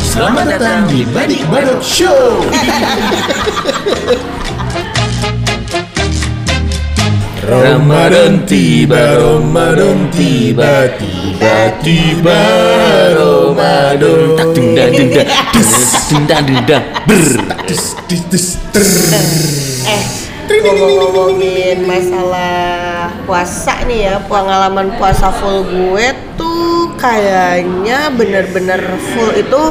Selamat datang di Badik Badok Show. Ramadan tiba, tiba-tiba Ramadan. Tak dendang Ngomongin masalah puasa nih ya, pengalaman puasa full gue tuh kayaknya bener-bener full itu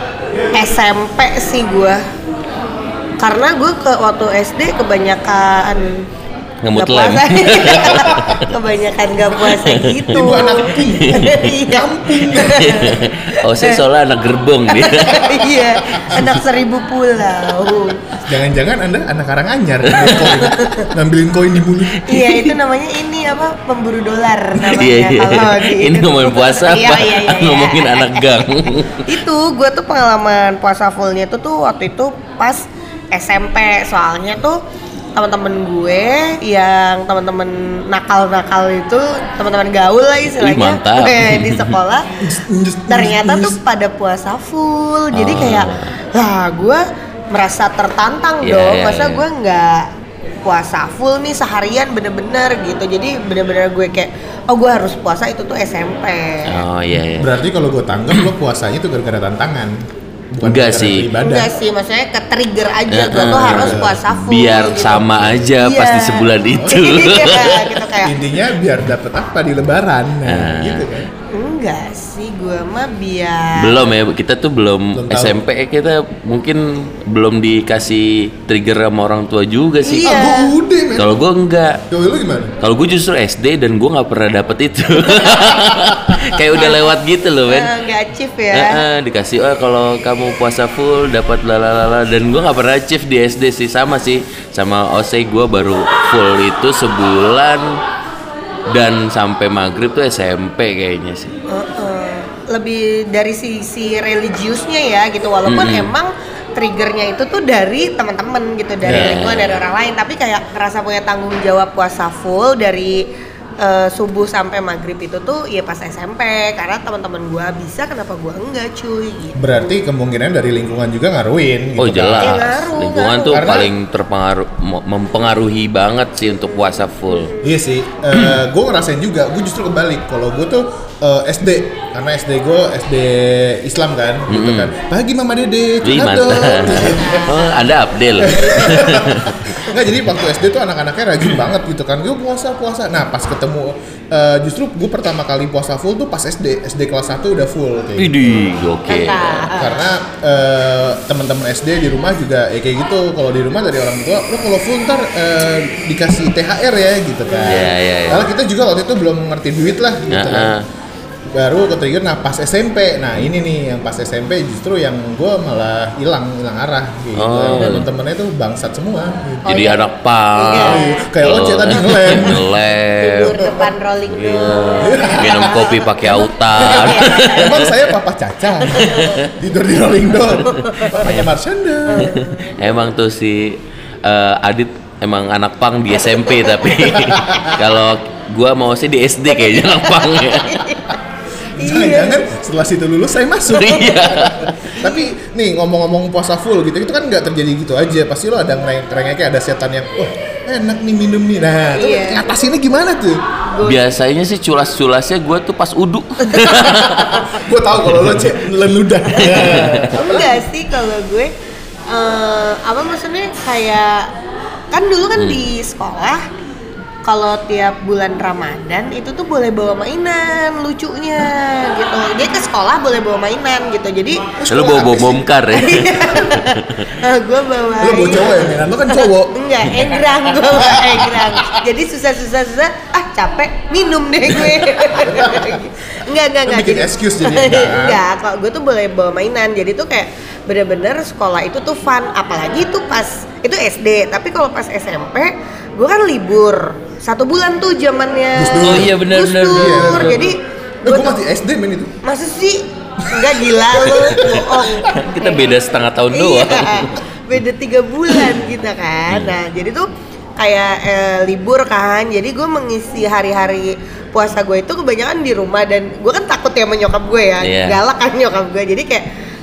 SMP sih gue. Karena gue waktu SD kebanyakan ngemut gak lem. puasa. Kebanyakan gak puasa gitu. Ibu anak pink. Kampung. Oh, saya soalnya anak gerbong dia. Iya, anak 1000 pulau. Jangan-jangan Anda anak Karanganyar ngambilin koin di mulut. Iya, itu namanya ini apa? Pemburu dolar namanya. Iya. Kalau di Ini ngomongin puasa apa? Iya. Ngomongin anak gang. Itu gue tuh pengalaman puasa fullnya tuh waktu itu pas SMP, soalnya tuh teman-teman gue yang teman-teman nakal itu, teman-teman gaul lah istilahnya. Mantap. Di sekolah ternyata tuh pada puasa full. Jadi kayak lah gue merasa tertantang dong. Masa gue nggak puasa full nih seharian bener-bener gitu. Jadi bener-bener gue kayak gue harus puasa itu tuh SMP. Oh iya. Berarti kalau gue tanggap lo puasanya tuh gara-gara tantangan. Bukan Enggak sih. Enggak sih, maksudnya ke trigger aja. Gue tuh harus puasa full. Biar gitu. sama aja pas di sebulan itu. Iya, gitu kayak. Intinya biar dapet apa di lebaran, gitu kan? Enggak sih, gue mah biar. Belum ya, kita tuh belum tahu. SMP kita mungkin belum dikasih trigger sama orang tua juga sih. Iya. Gue udah men. Kalau gue enggak. Kalau lu gimana? Kalau gue justru SD dan gue nggak pernah dapet itu. Kayak udah lewat gitu loh, men. Enggak achieve ya. Dikasih kalau kamu puasa full dapat lalala, dan gue nggak pernah achieve di SD sih. Sama OSE gue baru full itu sebulan dan sampai maghrib tuh SMP kayaknya sih. Lebih dari sisi religiusnya ya gitu, walaupun emang triggernya itu tuh dari teman-teman gitu, dari lingkungan, dari orang lain, tapi kayak ngerasa punya tanggung jawab puasa full dari subuh sampai maghrib itu tuh ya pas SMP, karena teman-teman gue bisa, kenapa gue enggak cuy gitu. Berarti kemungkinan dari lingkungan juga ngaruhin. Oh gitu jelas, kan? lingkungan tuh Karena- paling mempengaruhi banget sih untuk puasa full. Iya sih, gue ngerasain juga. Gue justru kebalik. Kalau gue tuh SD, karena SD gue SD Islam kan, gitu kan. Pagi Mama Dede, Wih, curhat dong. mantap. Oh, Anda Abdel. Enggak, jadi waktu SD tuh anak-anaknya rajin banget gitu kan. Gue puasa. Nah pas ketemu, justru gue pertama kali puasa full tuh pas SD kelas 1 udah full kayak gitu. Widih, oke. Karena teman-teman SD di rumah juga ya kayak gitu. Kalau di rumah dari orang tua, lo kalau full ntar dikasih THR ya gitu kan. Iya. Karena kita juga waktu itu belum ngerti duit lah gitu kan. Baru ke trigger, nah pas SMP, nah ini nih yang pas SMP justru yang gue malah hilang arah gitu. Temen-temennya tuh bangsat semua gitu. Jadi anak pang. Kayak Oce tadi ngelem. Tidur depan rolling door. Minum kopi pakai autan. Emang saya papa Caca tidur di rolling door, papanya Marshanda. Emang tuh si Adit emang anak pang di SMP tapi kalau gua mau sih di SD kayaknya anak pang ya. Jangan-jangan setelah situ lulus saya masuk. Iya. Tapi nih ngomong-ngomong puasa full gitu, itu kan nggak terjadi gitu aja. Pasti lo ada ngerengeknya, ada setan yang, wah enak nih minum nih. Nah, itu ngatasinnya gimana tuh? Biasanya sih culas-culasnya gua tuh pas uduk. Gue tahu kalau lo nelen ludah. Enggak sih kalau gue apa maksudnya kayak kan dulu kan di sekolah kalau tiap bulan Ramadan itu tuh boleh bawa mainan lucunya gitu. Dia ke sekolah boleh bawa mainan gitu. Jadi Lu bawa bongkar ya. gue bawa. Lo bawa cowok ya, mainan lo kan cowok. Enggak, engrang gue bawa engrang. Jadi susah capek minum deh gue. Enggak. Bikin excuse jadi. Enggak, kok gue tuh boleh bawa mainan. Jadi tuh kayak bener-bener sekolah itu tuh fun. Apalagi tuh pas itu SD. Tapi kalau pas SMP, gue kan libur 1 bulan tuh zamannya. Oh iya benar. Jadi Gue masih SD men itu. masa sih? Enggak, gila lu, bohong. Kita beda setengah tahun doang. Iya, beda 3 bulan kita kan. Nah jadi tuh kayak libur kan, jadi gue mengisi hari-hari puasa gue itu kebanyakan di rumah, dan gue kan takut ya sama nyokap gue ya, galak kan nyokap gue, jadi kayak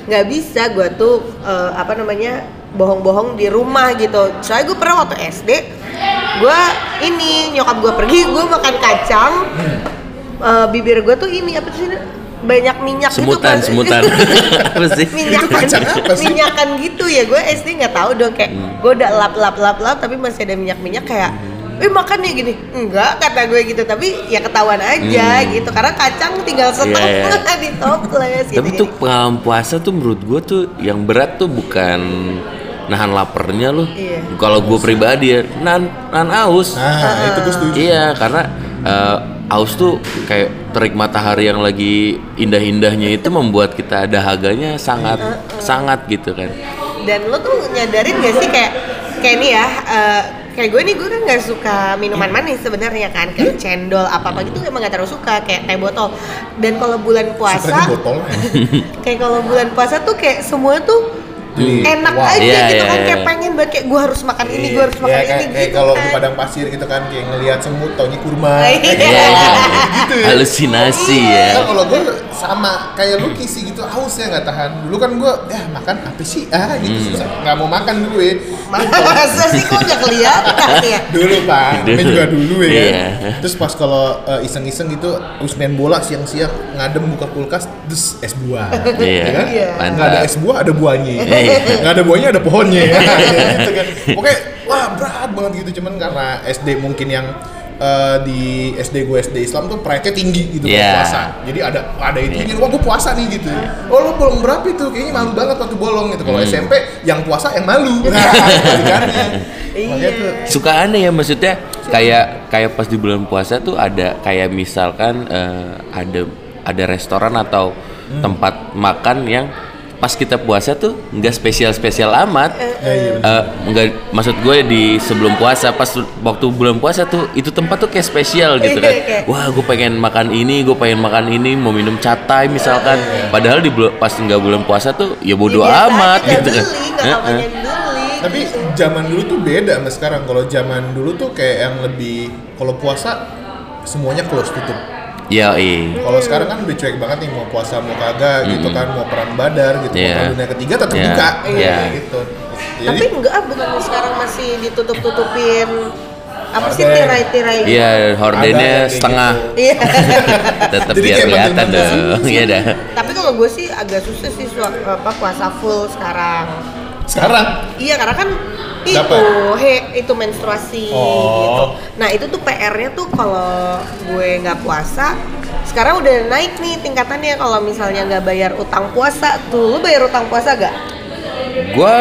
nggak bisa gue tuh bohong-bohong di rumah gitu. Soalnya gue pernah waktu SD, gue nyokap gue pergi, gue makan kacang, bibir gue tuh apa sih, banyak minyak semutan, gitu semutan. Apa sih? Minyakan gitu ya. Gue SD nggak tahu dong, kayak gue udah lap tapi masih ada minyak kayak makan ya gini. Enggak, kata gue gitu, tapi ya ketahuan aja gitu karena kacang tinggal setengah di toples gitu. Tapi tuh pengalaman puasa tuh menurut gue tuh yang berat tuh bukan nahan laparnya loh. Kalau gue pribadi ya nahan aus. Itu gue setuju. Iya, karena aus tuh kayak terik matahari yang lagi indah-indahnya itu membuat kita dahaganya sangat gitu kan. Dan lo tuh nyadarin gak sih kayak ini ya, kayak gue kan nggak suka minuman manis sebenarnya kan, kayak cendol apa gitu emang nggak terlalu suka, kayak teh botol. Dan kalau bulan puasa, kayak kalau bulan puasa tuh kayak semua tuh enak aja gitu kan, kayak pengen banget kayak gue harus makan ini, gue harus makan ini kayak gitu kalau kan. di padang pasir gitu kan, kayak ngelihat semut taunya kurma. Gitu ya. Halusinasi ya. Kan kalau gue sama kayak lu kisi gitu, haus ya nggak tahan. Dulu kan gue makan apa sih gitu, nggak mau makan dulu ya. Masa sih kok nggak kelihatan ya? Dulu Pak, namanya juga dulu ya. Terus pas kalau iseng-iseng gitu, habis main bola siang-siang ngadem buka kulkas, terus es buah. Kan? Nggak ada es buah, ada buahnya. Nggak ada buahnya, ada pohonnya ya. Gitu kan. Pokoknya wah berat banget gitu, cuman karena SD mungkin yang di SD Islam tuh pride-nya tinggi gitu puasa. Jadi ada itu wah gue puasa nih gitu. Oh lo bolong berapa itu? Kayaknya malu banget waktu bolong gitu. Kalau SMP yang puasa yang malu. Suka aneh ya, maksudnya kayak pas di bulan puasa tuh ada kayak misalkan ada restoran atau tempat makan yang pas kita puasa tuh nggak spesial amat. Nggak, maksud gue di sebelum puasa, pas waktu bulan puasa tuh itu tempat tuh kayak spesial gitu kan. Wah gue pengen makan ini, mau minum catai misalkan. Padahal pas nggak bulan puasa tuh ya bodo amat gitu kan. Tapi zaman dulu tuh beda sama sekarang. Kalau zaman dulu tuh kayak yang lebih, kalau puasa semuanya close, tutup. Kalau sekarang kan udah cuek banget nih, mau puasa mau kagak gitu kan, mau perang Badar gitu, mau dunia ketiga tetap buka gitu. Tapi enggak, bukan sekarang masih ditutup-tutupin apa sih, tirai-tirai gitu. Iya, hordennya setengah. Iya. Tetap biar kelihatan dong. Iya dah. Tapi kalau gue sih agak susah sih puasa full sekarang. Iya, karena kan itu menstruasi gitu. Nah itu tuh PR-nya tuh kalau gue nggak puasa. Sekarang udah naik nih tingkatannya, kalau misalnya nggak bayar utang puasa tuh. Lu bayar utang puasa gak? Gue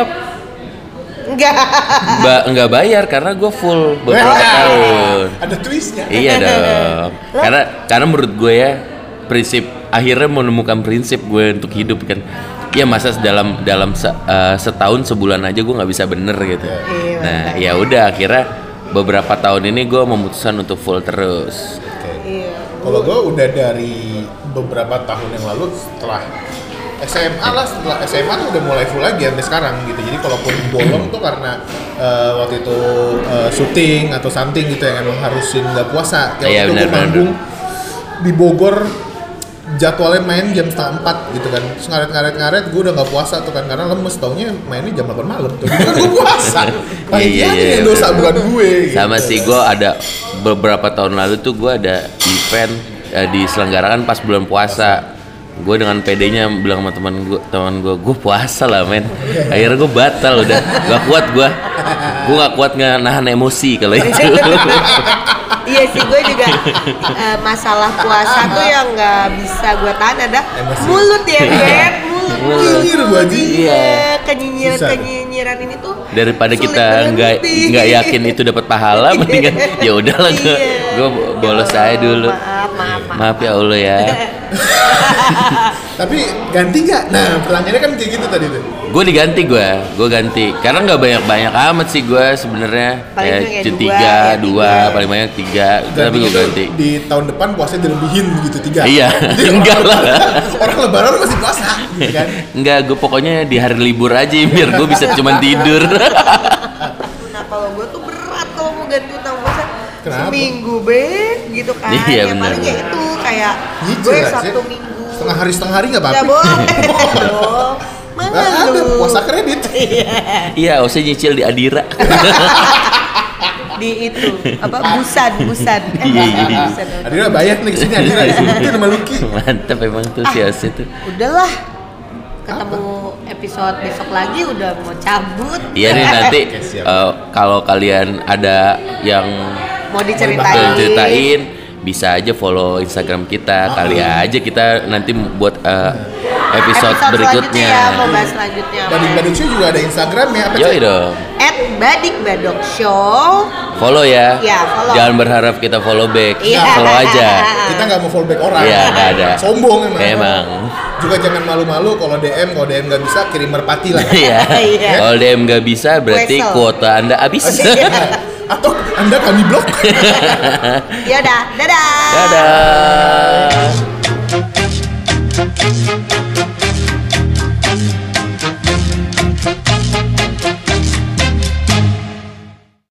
nggak bayar karena gue full beberapa tahun. Ada twistnya. Iya dong. Karena menurut gue ya, prinsip akhirnya menemukan prinsip gue untuk hidup kan. Ya masa dalam setahun sebulan aja gue nggak bisa bener gitu. Nah ya udah, akhirnya beberapa tahun ini gue memutuskan untuk full terus. Kalau gue udah dari beberapa tahun yang lalu, setelah SMA tuh udah mulai full lagi sampai sekarang gitu. Jadi kalaupun bolong tuh karena waktu itu syuting atau something gitu yang emang harusin nggak puasa. Kayak waktu gue manggung di Bogor, jadwalnya main jam 3:30 gitu kan, terus ngaret gue udah nggak puasa tuh kan, karena lemes, taunya mainnya jam 8 malam tuh, kan gue puasa. Iya, dosa bukan gue. Sama sih, gue ada beberapa tahun lalu tuh gue ada event diselenggarakan pas bulan puasa. Gue dengan PD-nya bilang sama teman gue puasa lah men. Akhirnya gue batal, udah gak kuat gue gak kuat nahan emosi kalau itu. Iya sih, gue juga masalah puasa tuh yang nggak bisa gue tahan ada mulut ya kan, mulut kenyinyiran ini tuh. Daripada kita nggak yakin itu dapat pahala, mendingan ya udahlah gue bolos aja dulu. Maaf ya Allah ya. Tapi ganti nggak? Nah pertanyaannya kan kayak gitu tadi tuh. Gue ganti karena nggak banyak amat sih gue sebenarnya, kayak 2 paling banyak 3, tapi gue ganti. Di tahun depan puasanya dilebihin begitu 3. Iya. Enggak lah. Orang lebaran masih puasa gitu kan. Enggak, gue pokoknya di hari libur aja biar gue bisa cuma tidur. Nah kalau gue tuh berat kalau mau ganti utang puasa. Kenapa? Seminggu gitu kan. Iya, ya bener. paling ya itu kayak gue Sabtu Minggu. Setengah hari nggak apa-apa. Nggak boleh. Masa kredit. Iya, Ose nyicil di Adira. Di itu apa Busan. Busan. Adira bayar nih kesini Adira disebutin sama Lucky. Mantap emang tuh si Ose tuh. Udahlah. Ketemu episode besok lagi udah mau cabut. Iya nih nanti kalau kalian ada yang mau diceritain bisa aja follow Instagram kita. Kali aja kita nanti buat episode berikutnya. Ya, mau bahas selanjutnya. Badik Badok Show juga ada Instagram ya, apa Yoi dong. @badikbadokshow. Follow ya. Ya, follow. Jangan berharap kita follow back. Iya. Follow aja. Kita nggak mau follow back orang. Iya, nggak ada. Sombong emang. Emang. Juga jangan malu-malu kalau DM nggak bisa kirim merpati lah. Iya. Iya. Kalau DM nggak bisa berarti Wesel. kuota Anda habis. Atau Anda kami blok. Ya udah, dadah. Dadah.